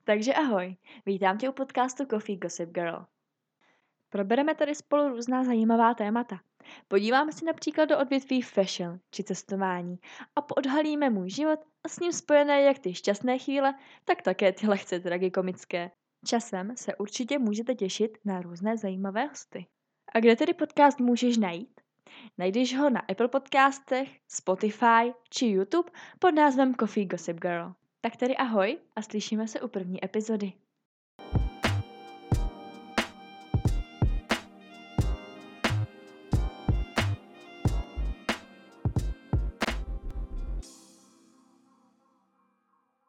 Takže ahoj, vítám tě u podcastu Coffee Gossip Girl. Probereme tady spolu různá zajímavá témata. Podíváme se například do odvětví fashion či cestování a podhalíme můj život a s ním spojené jak ty šťastné chvíle, tak také ty lehce tragikomické. Časem se určitě můžete těšit na různé zajímavé hosty. A kde tedy podcast můžeš najít? Najdeš ho na Apple Podcastech, Spotify či YouTube pod názvem Coffee Gossip Girl. Tak tedy ahoj a slyšíme se u první epizody.